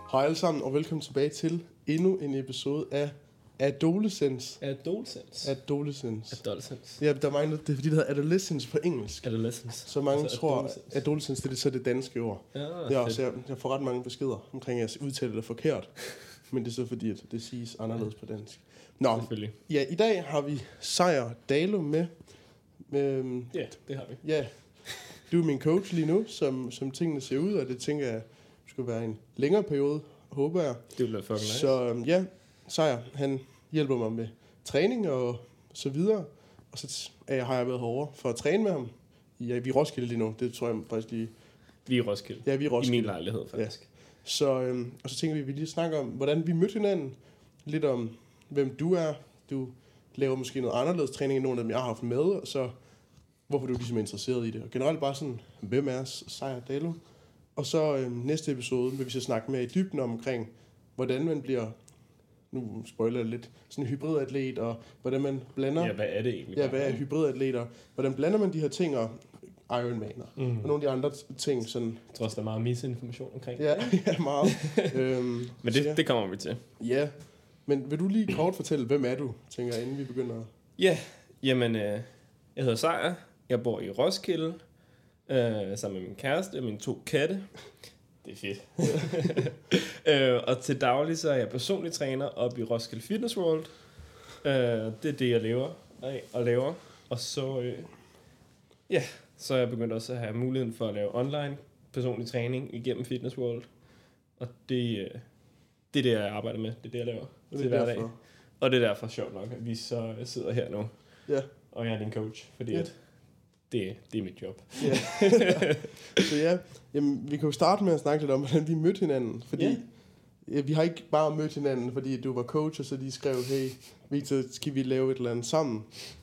Hej alle sammen, og velkommen tilbage til endnu en episode af Adolescence. Ja, der er mange, det er fordi, det hedder adolescence på engelsk. Så mange altså tror, adolescence det er så det danske ord. Ja, så jeg får ret mange beskeder omkring, at jeg udtaler det forkert. Men det er så fordi, at det siges anderledes på dansk. Nå, ja, i dag har vi Sejr Dalum med. Ja, det har vi. Ja, du er min coach lige nu, som tingene ser ud, og det tænker jeg skulle være en længere periode, håber jeg. Det vil være fucking nice. Så ja, Sejr, han hjælper mig med træning og så videre. Og så har jeg været herovre for at træne med ham. Ja, vi er Roskilde lige nu, det tror jeg faktisk lige. Vi er Roskilde. Ja, vi er Roskilde. I min lejlighed, faktisk. Ja. Så, og så tænker vi lige snakke om, hvordan vi mødte hinanden. Lidt om, hvem du er. Du laver måske noget anderledes træning end nogle af dem, jeg har haft med. Og så hvorfor du er ligesom interesseret i det. Og generelt bare sådan, hvem er Sejr Dalum? Og så næste episode vil vi så snakke mere i dybden omkring, hvordan man bliver, nu spoiler jeg lidt, sådan en hybridatlet, og hvordan man blander. Ja, hvad er det egentlig? Ja, hvad er hybridatleter? Hvordan blander man de her ting, og Ironmaner, og nogle af de andre ting. Sådan. Jeg tror også, der er meget misinformation omkring. Ja, meget. Men det kommer vi til. Ja, men vil du lige kort fortælle, hvem er du, tænker jeg, inden vi begynder? Ja, jamen, jeg hedder Sejr. Jeg bor i Roskilde, sammen med min kæreste og mine 2 katte. Det er fedt. Og til daglig så er jeg personlig træner op i Roskilde Fitness World. Det er det, jeg lever af og laver. Og så, så er jeg begyndt også at have muligheden for at lave online personlig træning igennem Fitness World. Og det er det, jeg arbejder med. Det er det, jeg laver til hverdag. Og det er derfor sjovt nok, at vi så sidder her nu. Ja. Og jeg er din coach, fordi at det er mit job. Ja. Så ja, jamen, vi kan jo starte med at snakke lidt om, hvordan vi mødte hinanden. Fordi vi har ikke bare mødt hinanden, fordi du var coach, og så de skrev, hey, Victor, skal vi lave et eller andet sammen?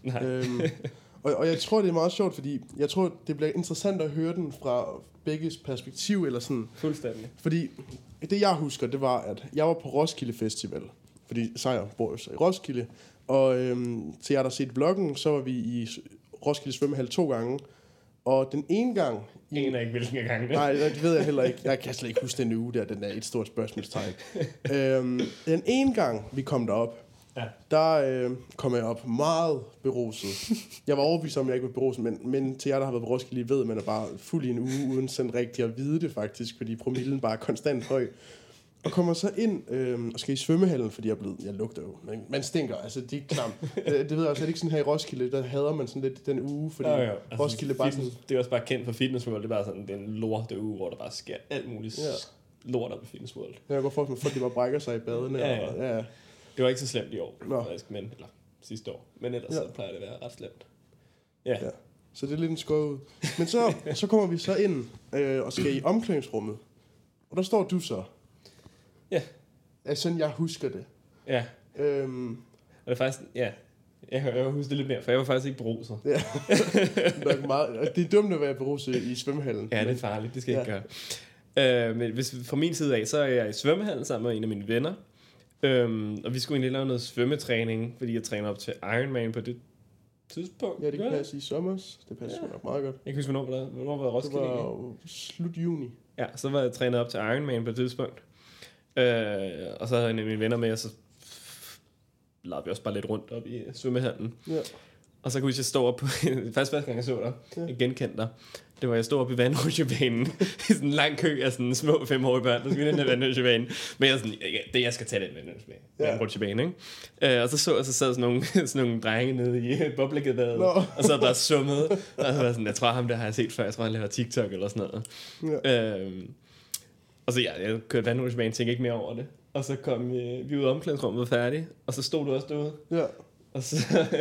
Og jeg tror, det er meget sjovt, fordi jeg tror, det bliver interessant at høre den fra begges perspektiv, eller sådan. Fuldstændig. Fordi det, jeg husker, det var, at jeg var på Roskilde Festival. Fordi Sejr bor jo så i Roskilde. Og til jer, der har set vloggen, så var vi i Roskilde svømmehal 2 gange. Og den ene gang... Jeg aner ikke, hvilken gang det. Nej, det ved jeg heller ikke. Jeg kan slet ikke huske den uge der. Den er et stort spørgsmålstegn. Den ene gang, vi kom derop, der kom jeg op meget beruset. Jeg var overbevist om, at jeg ikke var beruset, men til jer, der har været på Roskilde, ved man er bare fuld i en uge, uden sådan rigtig at vide det faktisk, fordi promillen bare er konstant høj. Og kommer så ind og skal i svømmehallen, fordi jeg lugter jo. Man stinker, altså det er klam. Det ved jeg også, er det ikke sådan her i Roskilde, der hader man sådan lidt den uge, fordi altså, Roskilde bare sådan... Det er også bare kendt for Fitness World, det er bare sådan den lorte uge, hvor der bare sker alt muligt lort op i Fitness World. Jeg går for, at folk de bare brækker sig i badene. Ja. Det var ikke så slemt i år, faktisk, men, eller sidste år. Men ellers så plejer det at være ret slemt. Ja. Så det er lidt en skov ud. Men så kommer vi så ind og skal i omklædningsrummet. Og der står du så. Ja. Altså sådan, jeg husker det. Ja. Og det er faktisk, jeg husker det lidt mere, for jeg var faktisk ikke beruset. Ja. Det er dumt at være beruset i svømmehallen. Ja, det er farligt, det skal jeg ikke gøre. Men hvis fra min side af, så er jeg i svømmehallen sammen med en af mine venner. Og vi skulle egentlig lave noget svømmetræning, fordi jeg træner op til Ironman på det tidspunkt. Ja, det kan passe i sommer. Det passer nok meget godt. Jeg kan huske, hvornår var Roskilde? Det var slut juni. Ja, så var jeg trænet op til Ironman på det tidspunkt. Og så havde jeg mine venner med, og så lavede vi også bare lidt rundt op i svømmehallen. Ja. Og så kunne jeg stå op på, første gang jeg så dig, jeg genkendte dig, det var, jeg stod op i vandrutsjebanen, i sådan en lang kø af sådan små 5-årige børn, der skulle i den her vandrutsjebane. Men jeg er sådan, jeg skal tage den vandrutsjebane, ikke? Og så sad sådan nogle drenge nede i boblegebadet, og så bare summet, og så var sådan, jeg tror ham der har jeg set før, jeg tror han laver TikTok eller sådan noget. Ja. Og så jeg kørte vandrutsjebanen, tænkte ikke mere over det. Og så kom vi ud af omklædningsrummet, var færdige, og så stod du også derude. Ja. Og så...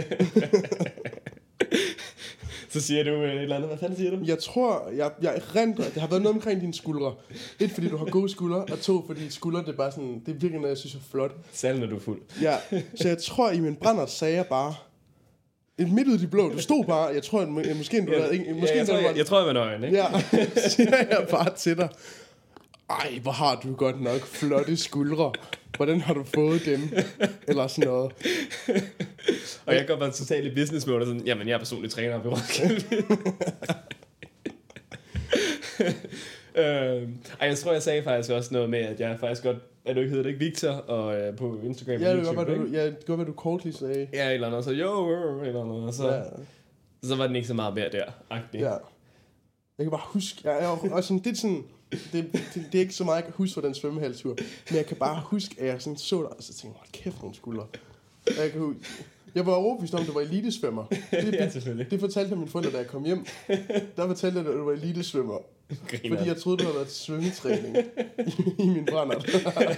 Så siger du et eller andet. Hvad fanden siger du? Jeg tror, jeg erindrer, det har været noget omkring dine skuldre. 1, fordi du har gode skuldre, og 2, fordi skuldre, det er bare sådan, det er virkelig noget, jeg synes er flot. Særligt, når du er fuld. Ja, så jeg tror, i min brænder sagde jeg bare, midt ud i de blå, du stod bare, jeg tror, jeg tror, jeg var nøgen, ikke? Ja, siger jeg bare til dig. Ej, hvor har du godt nok flotte skuldre. Hvordan har du fået dem? Eller sådan noget. Og jeg går bare totalt i business mode og sådan, jamen jeg er personlig træner på Roskilde. Jeg tror, jeg sagde faktisk også noget med, at jeg faktisk godt... du ikke hedder det ikke Victor, og på Instagram ja, og YouTube, det går, hvad du kort lige sagde. Ja, et eller andet, og så eller andet, og så var den ikke så meget mere der. -agtig. Ja. Jeg kan bare huske, og sådan, det er sådan, det er ikke så meget, jeg kan huske fra den svømmehalstur, men jeg kan bare huske, at jeg sådan så der, og så tænkte jeg, hold kæft, nogle skuldre. Jeg var overbevist om, at du var elitesvømmer. Ja, selvfølgelig. Det fortalte jeg mine forældre, da jeg kom hjem. Der fortalte jeg, at du var elitesvømmer. Griner. Fordi jeg troede, du havde været til svømmetræning i min brændert.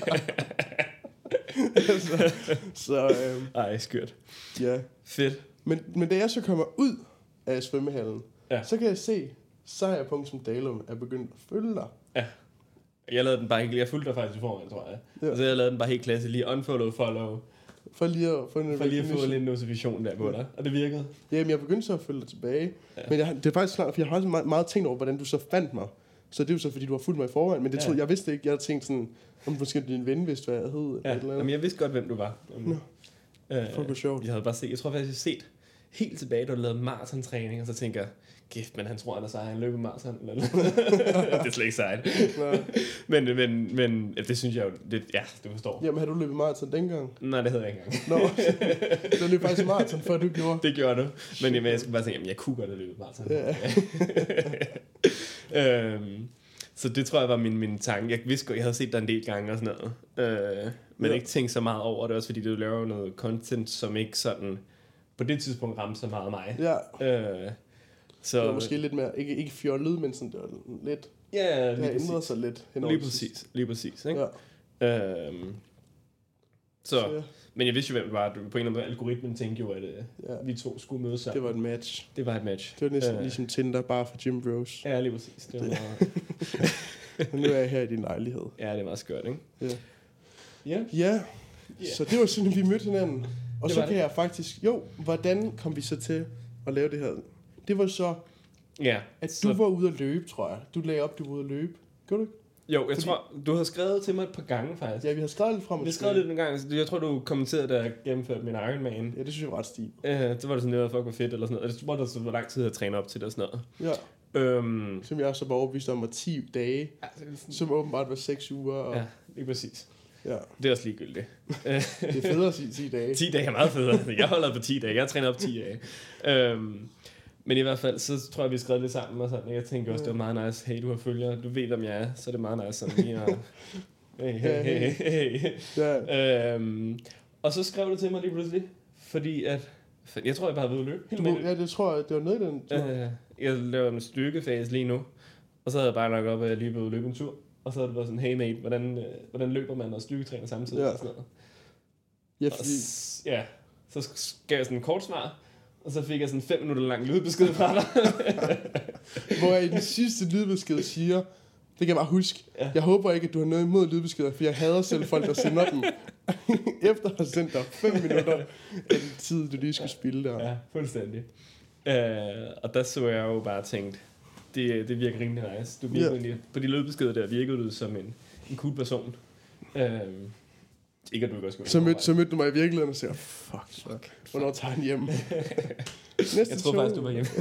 Ej, skørt. Ja. Fedt. Men da jeg så kommer ud af svømmehallen, så kan jeg se, Sejr.Dalum er begyndt at følge dig. Ja. Jeg lavede den bare ikke lige. Jeg fulgte dig faktisk i forvejen, tror jeg. Ja. Og så jeg lavede den bare helt klasse. Lige unfollow, follow. For lige at få lidt notifikation der på dig. Og det virkede. Jamen, jeg begyndte så at følge dig tilbage. Ja. Men det er faktisk klart, for jeg har også meget tænkt over, hvordan du så fandt mig. Så det er jo så, fordi du har fulgt mig i forvejen. Men det troede jeg vidste ikke. Jeg havde tænkt sådan, om du måske din ven vidste, hvad jeg hed. Ja. Jamen, jeg vidste godt, hvem du var. Fuck, hvor sjovt. Jeg havde bare set, jeg tror faktisk, jeg har set helt tilbage, da du lavede maraton-træning, og så tænker jeg, kæft, men han tror, han er sej, han løber maraton. Det er slet ikke sejt. men det synes jeg jo, du forstår. Jamen, har du løbet maraton dengang? Nej, det havde jeg ikke engang. Nå, du løb faktisk maraton, før du gjorde. Det gjorde du. Men jeg skulle bare tænke, jamen, jeg kunne godt have løbet maraton. Ja. Så det tror jeg var min tanke. Jeg vidste godt, jeg havde set dig en del gange og sådan noget. Men ikke tænkt så meget over det, også fordi du laver noget content, som ikke sådan på det tidspunkt ramte så meget mig. Ja. Så det var måske lidt mere, ikke fjollet, men sådan, det var lidt... Ja, det har ændret sig lidt. Lige præcis. Ikke? Ja. Så, men jeg vidste jo, hvem det var. På en eller anden måde, algoritmen tænkte jo, at vi to skulle mødes sammen. Det var et match. Det var næsten ligesom Tinder, bare for Gym Bros. Ja, lige præcis. Det var nu er jeg her i din lejlighed. Ja, det var skørt, ikke? Ja. Så det var sådan, vi mødte hinanden. Og så kan jeg faktisk... hvordan kom vi så til at lave det her? Det var så... Ja. At du var ude at løbe, tror jeg. Du lagde op, du var ude at løbe. Gjorde du ikke? Jo, jeg tror, du har skrevet til mig et par gange, faktisk. Ja, vi har skrevet lidt frem og tilbage. Vi har skrevet lidt en gang. Jeg tror, du kommenterede, da jeg gennemførte min Ironman. Ja, det synes jeg var ret stil. Så var det sådan noget, fuck, hvor fedt, eller sådan noget. Jeg tror, der så var lang tid at træne op til det og sådan noget. Ja. Som jeg så var overbevist om var 10 dage, som åbenbart var 6 uger. Og... Ja, lige præcis. Ja. Det er også ligegyldigt. Det er federe at sige 10 dage. 10 dage er meget federe. Jeg holder på 10 dage. Jeg har trænet op 10 dage. Men i hvert fald, så tror jeg, vi skrev lidt sammen og sådan. Jeg tænkte også, det var meget nice. Hey, du har følgere. Du ved, hvem jeg er. Så er det meget nice sådan lige at... Hey. Ja. Og så skrev du til mig lige pludselig. Fordi at... Jeg tror, jeg bare har været ude at løbe. Ja, det tror jeg. Det var noget i den tur. Jeg laver en styrkefase lige nu. Og så havde jeg bare nok op, at jeg lige blev ude at løbe en tur. Og så havde det været sådan, hey mate, hvordan løber man og styrketræner samtidig? Ja. Og sådan noget. Ja, fordi... Så gav jeg sådan en kort svar. Og så fik jeg sådan 5 minutter lang lydbesked fra dig. Hvor jeg i den sidste lydbesked siger, det kan jeg bare huske, jeg håber ikke, at du har noget imod lydbeskeder, for jeg hader selv folk, der sender dem. Efter at have sendt dig 5 minutter af den tid, du lige skulle spille der. Ja, fuldstændig. Og der så jeg jo bare tænkt, det virker rimelig nice. Du virker på de lydbeskeder der, virkede du som en cool person. Ikke at du ikke også så mødte du mig i virkeligheden og sagde, fuck. Hvornår tager han hjem? Jeg tror faktisk, du var hjemme.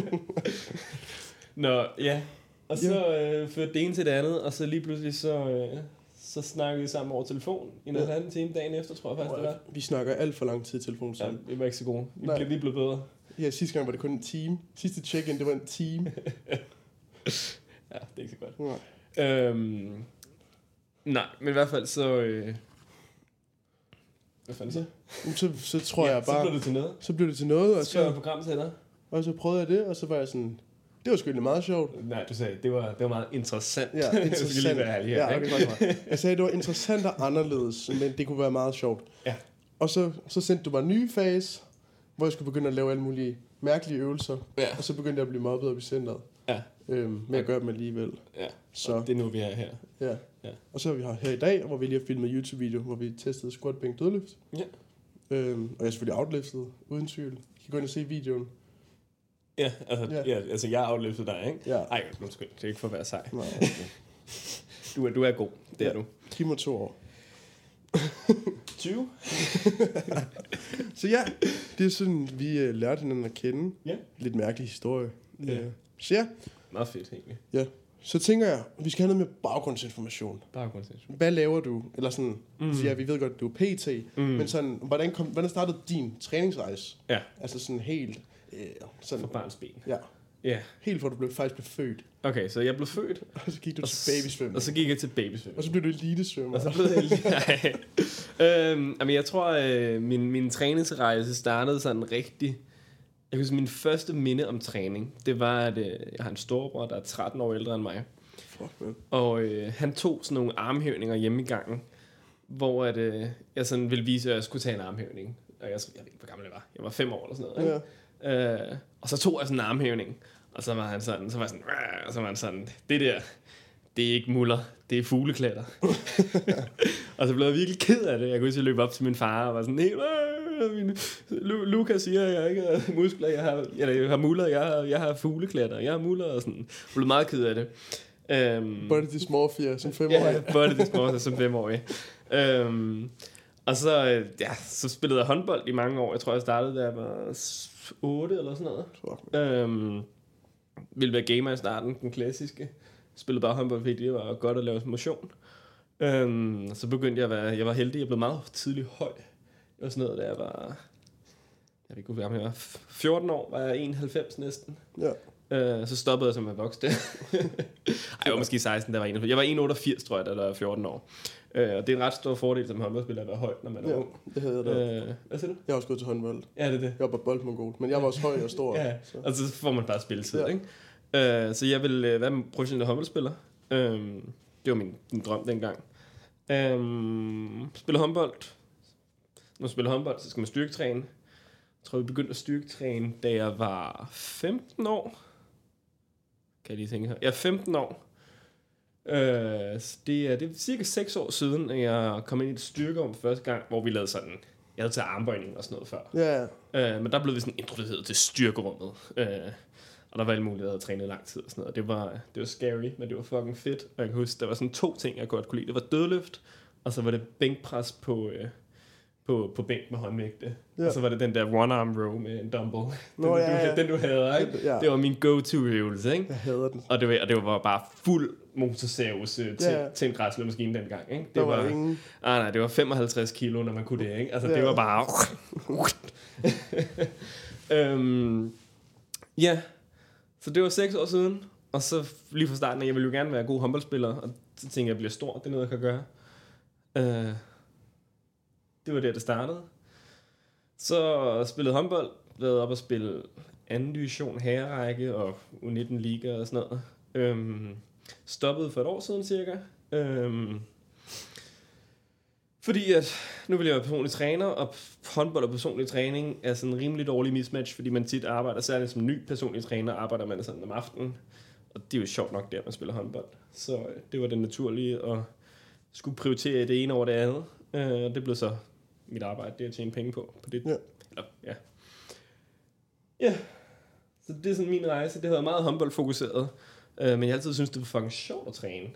Nå, ja. Og så førte det ene til det andet, og så lige pludselig så snakkede vi sammen over telefon i en anden time dagen efter, tror jeg faktisk, det var. Vi snakker alt for lang tid i telefon sammen. Ja, vi var ikke så gode. Vi blev bedre. Ja, sidste gang var det kun en time. Sidste check-in, det var en time. Ja, det er ikke så godt. Nej, nej men i hvert fald så... Hvad fanden så tror jeg bare... Så blev det til noget. Så blev det til noget, og så... program til dig. Og så prøvede jeg det, og så var jeg sådan... Det var sgu egentlig meget sjovt. Nej, du sagde, det var meget interessant. Ja, interessant. Jeg sagde, det var interessant og anderledes, men det kunne være meget sjovt. Ja. Og så sendte du mig en ny fase, hvor jeg skulle begynde at lave alle mulige mærkelige øvelser. Ja. Og så begyndte jeg at blive mobbet op i centret. Ja. Men jeg gør dem alligevel. Ja, så det er nu, vi er her. Ja. Og så er vi her i dag, hvor vi lige har filmet YouTube-video, hvor vi testede squat, bænk, dødløft. Ja. Og jeg er selvfølgelig outliftet, uden tvivl. I kan gå ind og se videoen. Ja, altså jeg har outliftet dig, ikke? Ja. Ej, undskyld, det er ikke for at være sej. Nej, okay. Du er god, det er du. Giv mig 2 år. 20? Så ja, det er sådan, vi lærte hinanden at kende. Ja. Lidt mærkelig historie. Ja. Så ja. Meget fedt, egentlig. Ja. Så tænker jeg, vi skal have noget med baggrundsinformation. Hvad laver du? Eller sådan, ja, vi ved godt, at du er PT, men sådan, hvordan startede din træningsrejse? Ja. Altså sådan helt... sådan, for barnsben. Ja. Ja. Helt fra du faktisk blev født. Okay, så jeg blev født. Og så gik du til babysvømning. Og så gik jeg til babysvømning. Og så blev du elitesvømmer. Og så blev jeg jeg tror, min træningsrejse startede sådan rigtig... Jeg kan huske, min første minde om træning, det var, at jeg har en storebror, der er 13 år ældre end mig. Fuck, man. Og han tog sådan nogle armhævninger hjemme i gangen, hvor jeg sådan ville vise, at jeg skulle tage en armhævning. Og jeg ved ikke, hvor gammel jeg var. Jeg var 5 år eller sådan noget. Ja. Og så tog jeg sådan en armhævning, og så var han sådan, og så var han sådan, det er ikke muller, det er fugleklatter. Og så blev jeg virkelig ked af det. Jeg kunne ikke løbe op til min far og var sådan, Lukas siger, at jeg ikke har muskler, jeg har muller, jeg har fugleklatter, jeg har muller og sådan. Jeg blev meget ked af det. Body dysmorphia som 5-årig. Ja, body dysmorphia som 5-årig. Og så, så spillede jeg håndbold i mange år. Jeg tror, jeg startede, da jeg var 8 eller sådan noget. Ville være gamer i starten, den klassiske. Spillede bare håndbold, fordi det var godt at lave motion. Så begyndte jeg var heldig. Jeg blev meget tidligt høj. Det var sådan noget, da jeg var... Jeg ved ikke, hvor gammel jeg var. 14 år var jeg 91 næsten. Ja. Så stoppede jeg som en voksen. Jeg var måske 16, der var 91. Jeg var 1,88, tror jeg, da jeg var 14 år. Og det er en ret stor fordel som håndboldspiller at være høj, når man er ung. Det havde jeg da. Hvad siger du? Jeg har også gået til håndbold. Ja, det. Jeg var bare boldmongol, men jeg var også høj og stor. Ja, så. Og så får man bare spilletid, ikke? Så jeg ville være professionel håndboldspiller. Det var min drøm dengang. Spille håndbold. Når man spiller håndbold, så skal man styrketræne. Jeg tror, vi begyndte at styrketræne, da jeg var 15 år. Kan jeg lige tænke her? Jeg er 15 år. Det er cirka 6 år siden, at jeg kom ind i et styrkerum første gang, hvor vi lavede sådan... Jeg havde taget armbøjning og sådan noget før. Yeah. Men der blev vi sådan introduceret til styrkerummet. Og der var alle muligheder at træne lang tid og sådan noget. Det var scary, men det var fucking fedt. Og jeg kan huske, der var sådan 2 ting, jeg godt kunne lide. Det var dødløft, og så var det bænkpres på bænk med håndvægte. Og så var det den der one-arm row med en dumbbell. Den du havde, ikke? Ja. Det var min go-to-øvelse, ikke? Jeg hader den. Og det var bare fuld motorsavse til en græsløbemaskine dengang, ikke? Det var ingen... Nej, det var 55 kilo, når man kunne det, ikke? Altså, det var bare... Ja, så det var 6 år siden. Og så lige fra starten, jeg ville jo gerne være god håndboldspiller. Og så tænkte jeg, bliver stor, det er noget, jeg kan gøre. Det var det startede. Så spillede håndbold, været op og spille anden division, herrerække og U19 liga og sådan noget. Stoppede for et år siden cirka. Fordi at nu vil jeg være personlig træner, og håndbold og personlig træning er sådan en rimelig dårlig mismatch, fordi man tit arbejder, særligt som ny personlig træner, arbejder man sådan om aftenen. Og det er jo sjovt nok der, man spiller håndbold. Så det var det naturlige, at skulle prioritere det ene over det andet. Det blev så mit arbejde, det at tjene penge på det. Ja. Så det er sådan min rejse. Det har været meget håndboldfokuseret. Men jeg altid synes det var fucking sjovt at træne.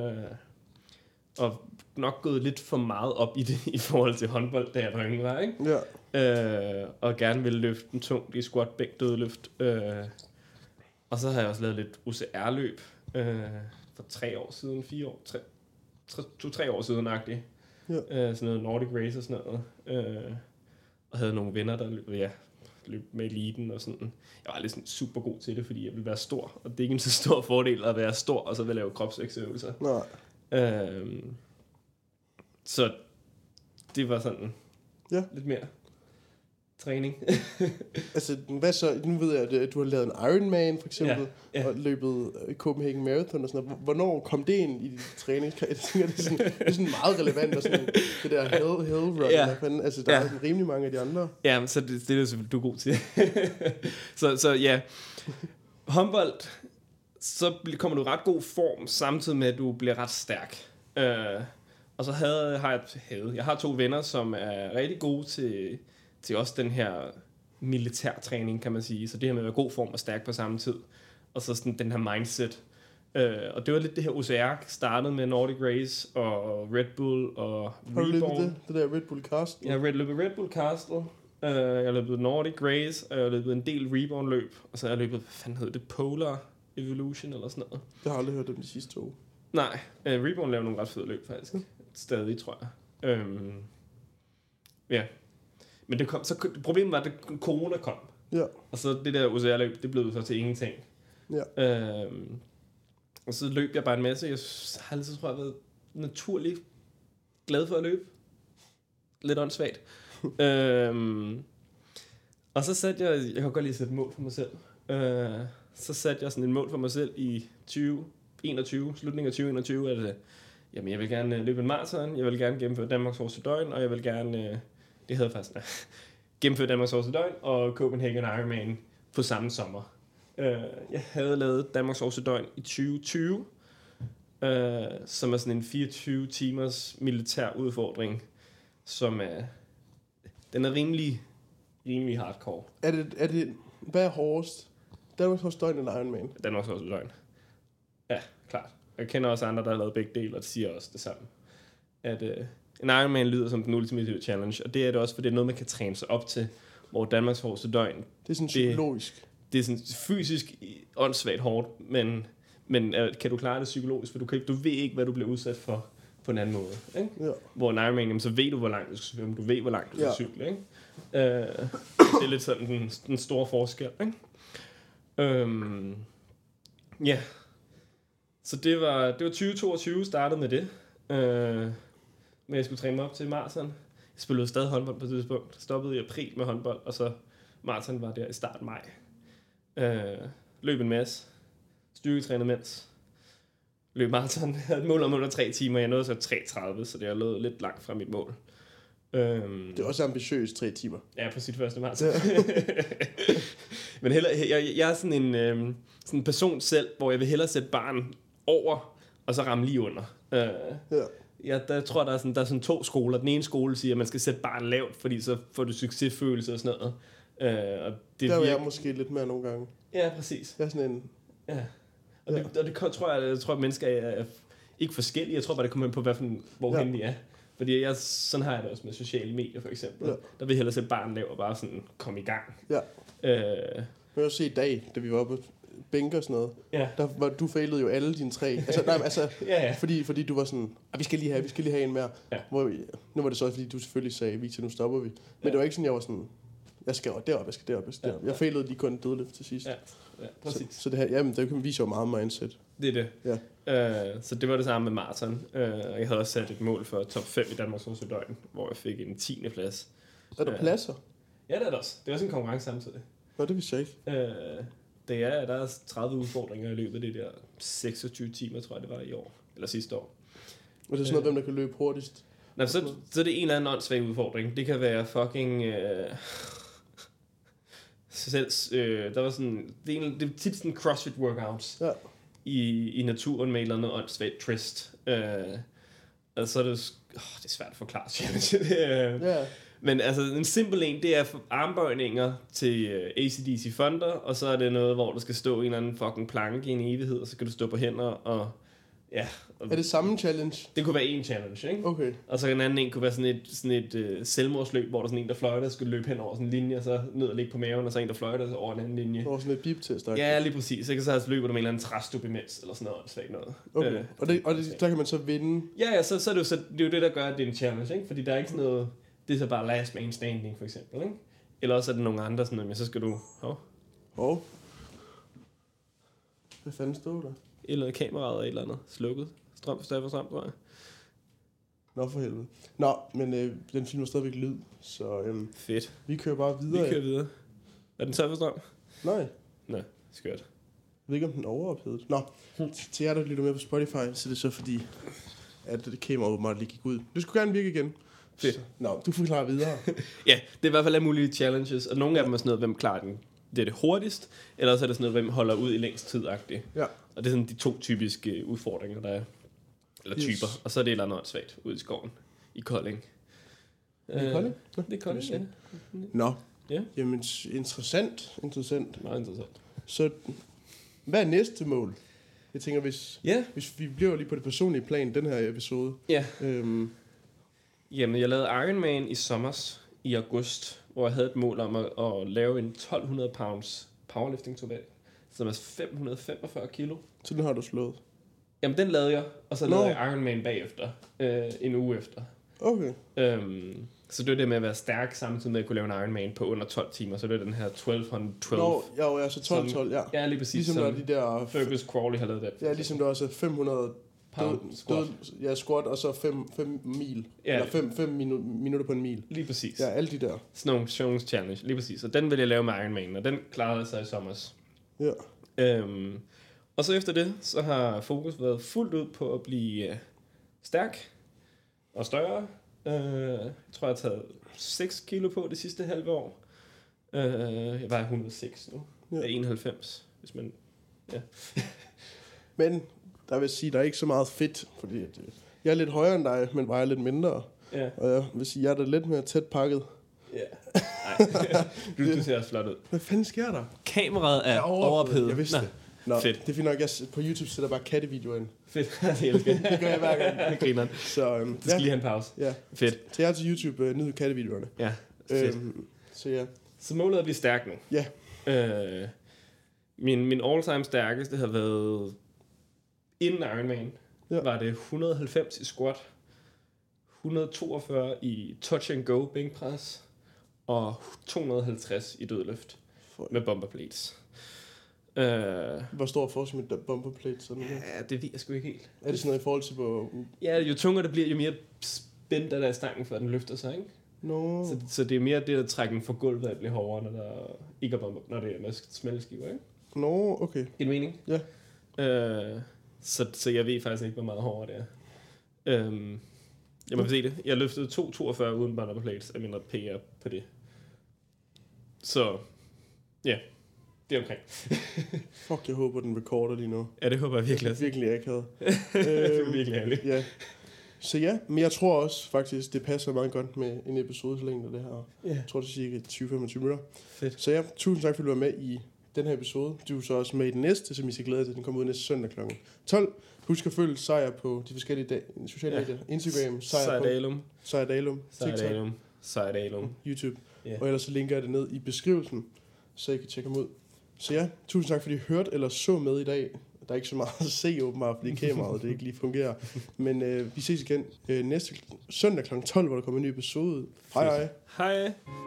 Og nok gået lidt for meget op i det i forhold til håndbold, da jeg var yngre, ikke? Ja. Og gerne ville løfte den tungt i squat, bænk, dødløft. Og så har jeg også lavet lidt UCR-løb for 3 år siden, 4 år, 2-3 år siden-agtigt. Ja. Sådan noget Nordic Race og sådan noget. Og havde nogle venner, der løb med eliten og sådan. Jeg var aldrig sådan super god til det, fordi jeg ville være stor. Og det er ikke en så stor fordel at være stor, og så vil lave kropsvækstøvelser. Nej. Så det var sådan lidt mere træning. Altså, hvad så? Nu ved jeg, at du har lavet en Ironman for eksempel, og løbet Copenhagen Marathon og sådan noget. Hvornår kom det ind i din træning? Jeg tænker, det er sådan meget relevant, og sådan, det der hill run. Altså, der er sådan rimelig mange af de andre. Ja, så det er selvfølgelig, du er god til. så ja, håndbold, så kommer du i ret god form, samtidig med, at du bliver ret stærk. Og så jeg har 2 venner, som er rigtig gode til også den her militærtræning, kan man sige. Så det her med at være god form og stærk på samme tid. Og så sådan den her mindset. Og det var lidt det her OCR startede med Nordic Race og Red Bull og Reborn. Har du løbet det der Red Bull Castle? Jeg har løbet Red Bull Castle. Jeg har løbet Nordic Race, og jeg har løbet en del Reborn løb. Og så har jeg løbet, hvad fanden hed det, Polar Evolution eller sådan noget. Jeg har aldrig hørt dem de sidste 2. Nej, Reborn laver nogle ret fede løb faktisk. Stadig, tror jeg. Ja. Men det kom, så problemet var, at corona kom. Ja. Og så det der UCR-løb, det blev så til ingenting. Ja. Og så løb jeg bare en masse. Jeg har altid, tror jeg, været naturligt glad for at løbe. Lidt åndssvagt. Og så satte jeg kan godt lige sætte mål for mig selv. Så satte jeg sådan en mål for mig selv i 2021, slutningen af 2021, at jamen, jeg vil gerne løbe en maraton, jeg vil gerne gennemføre Danmarks hårdeste døgn, og jeg vil gerne, det hedder faktisk, gennemføre Danmarks hårdeste døgn, og Copenhagen Ironman på samme sommer. Jeg havde lavet Danmarks hårdeste døgn i 2020, som er sådan en 24 timers militær udfordring, som den er rimelig hardcore. Er det hvad er hårdest? Danmarks hårdeste døgn eller Ironman? Danmarks hårdeste døgn. Ja, klart. Jeg kender også andre, der har lavet begge dele, og det siger også det samme. At en Ironman lyder som den ultimative challenge, og det er det også, for det er noget, man kan træne sig op til, hvor Danmarks hårdeste døgn... Det er sådan psykologisk. Det er sådan fysisk åndssvagt hårdt, men kan du klare det psykologisk, for du ved ikke, hvad du bliver udsat for på en anden måde. Ikke? Ja. Hvor en Ironman, jamen, så ved du, hvor langt du skal svømme, du ved, hvor langt du skal cykle. Ikke? Det er lidt sådan den store forskel. Ikke? Ja. Så det var 2022, startede med det. Men jeg skulle træne mig op til maraton. Jeg spillede stadig håndbold på det tidspunkt. Stoppede i april med håndbold, og så maraton var der i start maj. Løb en masse. Styrketrænet mens. Løb maraton. Jeg havde et mål om under 3 timer. Jeg nåede så 3:30, så det er løbet lidt langt fra mit mål. Det er også ambitiøst 3 timer. Ja, på sit første maraton. Men jeg er sådan en person selv, hvor jeg vil hellere sætte barnen over, og så ramme lige under. Der tror, der er sådan 2 skoler. Den ene skole siger, at man skal sætte barnet lavt, fordi så får du succesfølelse og sådan noget. Og det der er jeg måske lidt mere nogle gange. Ja, præcis. Jeg er sådan en... Ja. Og det tror jeg, at mennesker er ikke forskellige. Jeg tror bare, det kommer ind på, hvorhen de er. Fordi sådan har jeg det også med sociale medier, for eksempel. Ja. Der vil jeg hellere sætte barnet lavt og bare sådan komme i gang. Ja. Jeg vil også se i dag, da vi var oppe bænke og sådan noget. Ja. Du failede jo alle dine 3. Fordi du var sådan, vi skal lige have en mere. Ja. Nu var det så, fordi du selvfølgelig sagde, Victor, nu stopper vi. Men det var ikke sådan, jeg var sådan, jeg skal derop. Jeg failede lige kun dødløft til sidst. Ja, præcis. Så det her, jamen, det viser jo meget mindset. Det er det. Ja. Så det var det samme med maraton. Jeg havde også sat et mål for top 5 i Danmarks hårdeste døgn, hvor jeg fik en 10. plads. Er der pladser? Ja, det er der også. Det er også en konkurrence samtidig. Nå, det vidste jeg ikke. Der er 30 udfordringer i løbet af det der 26 timer, tror jeg det var i år. Eller sidste år. Og det er sådan noget, hvem der kan løbe hurtigst? Nej, så er det en eller anden åndssvag udfordring. Det kan være fucking... der var sådan... Det er tit sådan CrossFit workouts. Ja. I naturen med et eller andet åndssvagt trist. Og så er det... det er svært at forklare. Ja. Men altså, en simpel en, det er armbøjninger til AC/DC Thunder, og så er det noget, hvor du skal stå i en eller anden fucking planke i en evighed, og så kan du stå på hænder, og ja. Og er det samme challenge? Det kunne være en challenge, ikke? Okay. Og så en anden en kunne være sådan et selvmordsløb, hvor der sådan en, der fløjter, skulle løbe hen over sådan en linje, og så ned og ligge på maven, og så en, der fløjter over en anden linje. Over sådan et biptest. Ja, lige præcis. Så kan så løber du med en eller anden træstup imens, eller sådan noget, svagt noget. Okay. Og der kan man så vinde? Ja, så er det jo det, der gør, at det er en challenge, ikke? Fordi der er ikke sådan noget... Det er så bare last man standing, for eksempel, ikke? Eller også er det nogle andre sådan noget, men så skal du... Hvad fanden stod der? Et eller andet kameraet eller et eller andet. Slukket. Strøm for strøm, tror jeg. Nå, for helvede. Nå, men den filmer stadigvæk lyd, så... Fedt. Vi kører bare videre. Er den tør for strøm? Nej. Nå, skørt. Jeg ved ikke, om den er overophedet. Nå, til jer, der lytter med på Spotify, så er det så fordi, at det kamera åbenbart lige gik ud. Det skulle gerne virke igen. Fedt. Nå, du forklarer videre. Ja, det er i hvert fald alle mulige challenges, og nogle af dem er sådan noget, hvem klarer den. Det er det hurtigst, eller så er det sådan noget, hvem holder ud i længst tid-agtigt. Ja. Og det er sådan de 2 typiske udfordringer, der er. Eller typer. Og så er det et eller andet svagt ude i skoven. I Kolding. Kolding? Det er Kolding, ja. Nå. Ja. Jamen, interessant. Meget interessant. Så, hvad er næste mål? Jeg tænker, hvis vi bliver lige på det personlige plan, den her episode. Ja. Jamen, jeg lavede Ironman i sommers, i august, hvor jeg havde et mål om at lave en 1200 pounds powerlifting som er 545 kilo. Så den har du slået? Jamen, den lavede jeg, og så lavede jeg Ironman bagefter, en uge efter. Okay. Så det er det med at være stærk, samtidig med at kunne lave en Ironman på under 12 timer, så det er den her 1212. Nå, ja, så 12-12, ja. Ja, lige præcis. Ligesom der de der... Fergus Crawley har lavet det. Ja, ligesom der også er 500 squat. Squat, og så 5 mil. Ja. Eller 5 minutter på en mil. Lige præcis. Ja, alle de der. Sådan nogle Jones Challenge, lige præcis. Og den vil jeg lave med Ironman, og den klarede sig i sommers. Ja. Og så efter det, så har fokus været fuldt ud på at blive stærk og større. Jeg tror, jeg har taget 6 kilo på det sidste halve år. Jeg var 106 nu. Ja. Jeg er 91, hvis man... Ja. Men der vil sige, der er ikke så meget fedt, fordi jeg er lidt højere end dig, men vejer lidt mindre. Ja. Og jeg vil sige, jeg er da lidt mere tæt pakket. Ja. Nej, du ser også flot ud. Hvad fanden sker der? Kameraet er overophedet. Jeg vidste det. Nå, fedt. Det er fint nok, jeg på YouTube sætter bare kattevideoer ind. Fedt, det elsker det gør jeg hver gang. Det griner. Så du skal lige have en pause. Ja. Fedt. Så jeg er til YouTube nyder kattevideoerne. Ja, fedt. Så ja. Så målet er at blive stærk nu. Ja. Min all-time stærkeste har været inden Ironman. Ja. Var det 190 i squat, 142 i touch and go bænkpres og 250 i dødløft med bumper plates. Hvor stor forskel med bumper plates? Sådan ja, det ved jeg sgu ikke helt. Er det sådan noget i forhold til på... Ja, jo tungere det bliver, jo mere spændt der er stangen, før den løfter sig, ikke? No. Så det er mere det, der trækker den for gulvet, at blive hårdere, når der ikke er bumper, når det er smalle skiver, ikke? Nå, okay. En mening? Ja. Så jeg ved faktisk ikke, hvor meget hårdere det er. Jeg må se det. Jeg løftede 2,42 uden bumper plates af mindre PR på det. Så, ja. Det er omkring. Fuck, jeg håber, den recorder lige nu. Ja, det håber jeg virkelig også. Virkelig, jeg ikke havde. Det er virkelig ærligt. Ja. Så ja, men jeg tror også faktisk, det passer meget godt med en episodes længde, det her. Yeah. Jeg tror, det er cirka 20-25 minutter. Fedt. Så ja, tusind tak, fordi du var med i den her episode. Du er så også med i den næste, som I skal glæde jer til. Den kommer ud næste søndag kl. 12. Husk at følge Sejr på de forskellige sociale medier. Instagram, Sejrdalum, YouTube. Yeah. Og ellers så linker jeg det ned i beskrivelsen, så I kan tjekke dem ud. Så ja, tusind tak, fordi I hørte eller så med i dag. Der er ikke så meget at se åbenbart, fordi kameraet det ikke lige fungerer. Men vi ses igen næste søndag kl. 12, hvor der kommer en ny episode. Hej hej. Hej.